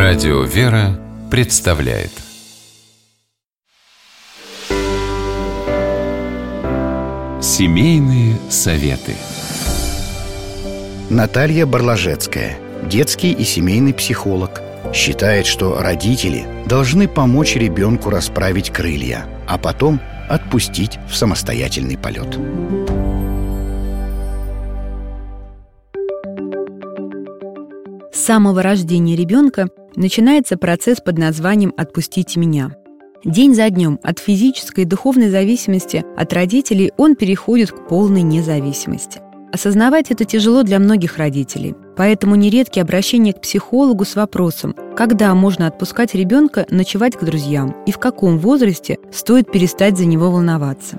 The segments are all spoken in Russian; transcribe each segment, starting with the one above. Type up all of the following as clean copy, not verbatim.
Радио «Вера» представляет Семейные советы. Наталья Барложецкая, детский и семейный психолог, считает, что родители должны помочь ребенку расправить крылья, а потом отпустить в самостоятельный полет. С самого рождения ребенка начинается процесс под названием «Отпустите меня». День за днем от физической и духовной зависимости от родителей он переходит к полной независимости. Осознавать это тяжело для многих родителей, поэтому нередки обращения к психологу с вопросом, когда можно отпускать ребенка ночевать к друзьям и в каком возрасте стоит перестать за него волноваться.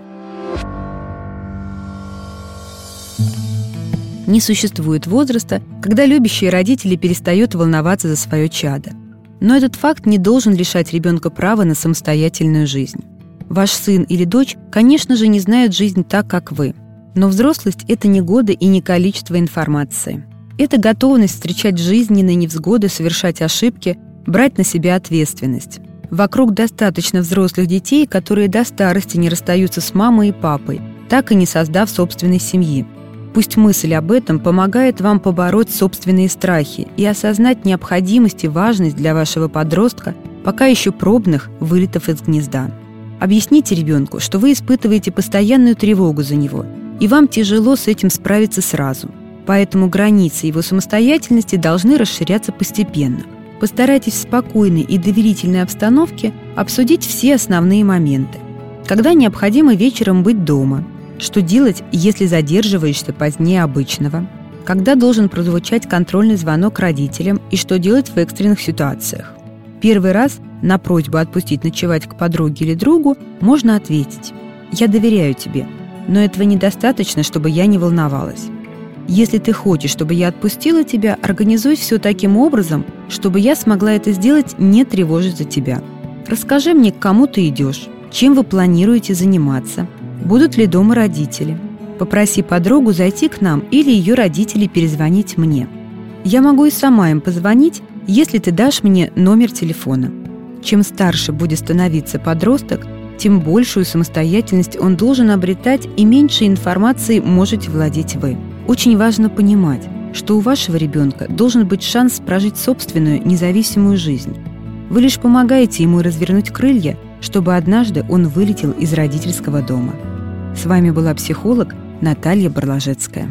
Не существует возраста, когда любящие родители перестают волноваться за свое чадо. Но этот факт не должен лишать ребенка права на самостоятельную жизнь. Ваш сын или дочь, конечно же, не знают жизнь так, как вы. Но взрослость – это не годы и не количество информации. Это готовность встречать жизненные невзгоды, совершать ошибки, брать на себя ответственность. Вокруг достаточно взрослых детей, которые до старости не расстаются с мамой и папой, так и не создав собственной семьи. Пусть мысль об этом помогает вам побороть собственные страхи и осознать необходимость и важность для вашего подростка пока еще пробных вылетов из гнезда. Объясните ребенку, что вы испытываете постоянную тревогу за него, и вам тяжело с этим справиться сразу. Поэтому границы его самостоятельности должны расширяться постепенно. Постарайтесь в спокойной и доверительной обстановке обсудить все основные моменты. Когда необходимо вечером быть дома? Что делать, если задерживаешься позднее обычного? Когда должен прозвучать контрольный звонок родителям и что делать в экстренных ситуациях? Первый раз на просьбу отпустить ночевать к подруге или другу можно ответить: «Я доверяю тебе, но этого недостаточно, чтобы я не волновалась. Если ты хочешь, чтобы я отпустила тебя, организуй все таким образом, чтобы я смогла это сделать, не тревожить за тебя. Расскажи мне, к кому ты идешь, чем вы планируете заниматься, будут ли дома родители. Попроси подругу зайти к нам или ее родителей перезвонить мне. Я могу и сама им позвонить, если ты дашь мне номер телефона». Чем старше будет становиться подросток, тем большую самостоятельность он должен обретать и меньше информации можете владеть вы. Очень важно понимать, что у вашего ребенка должен быть шанс прожить собственную независимую жизнь. Вы лишь помогаете ему развернуть крылья, чтобы однажды он вылетел из родительского дома. С вами была психолог Наталья Барложецкая.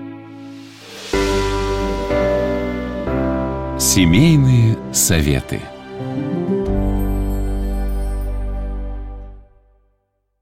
Семейные советы.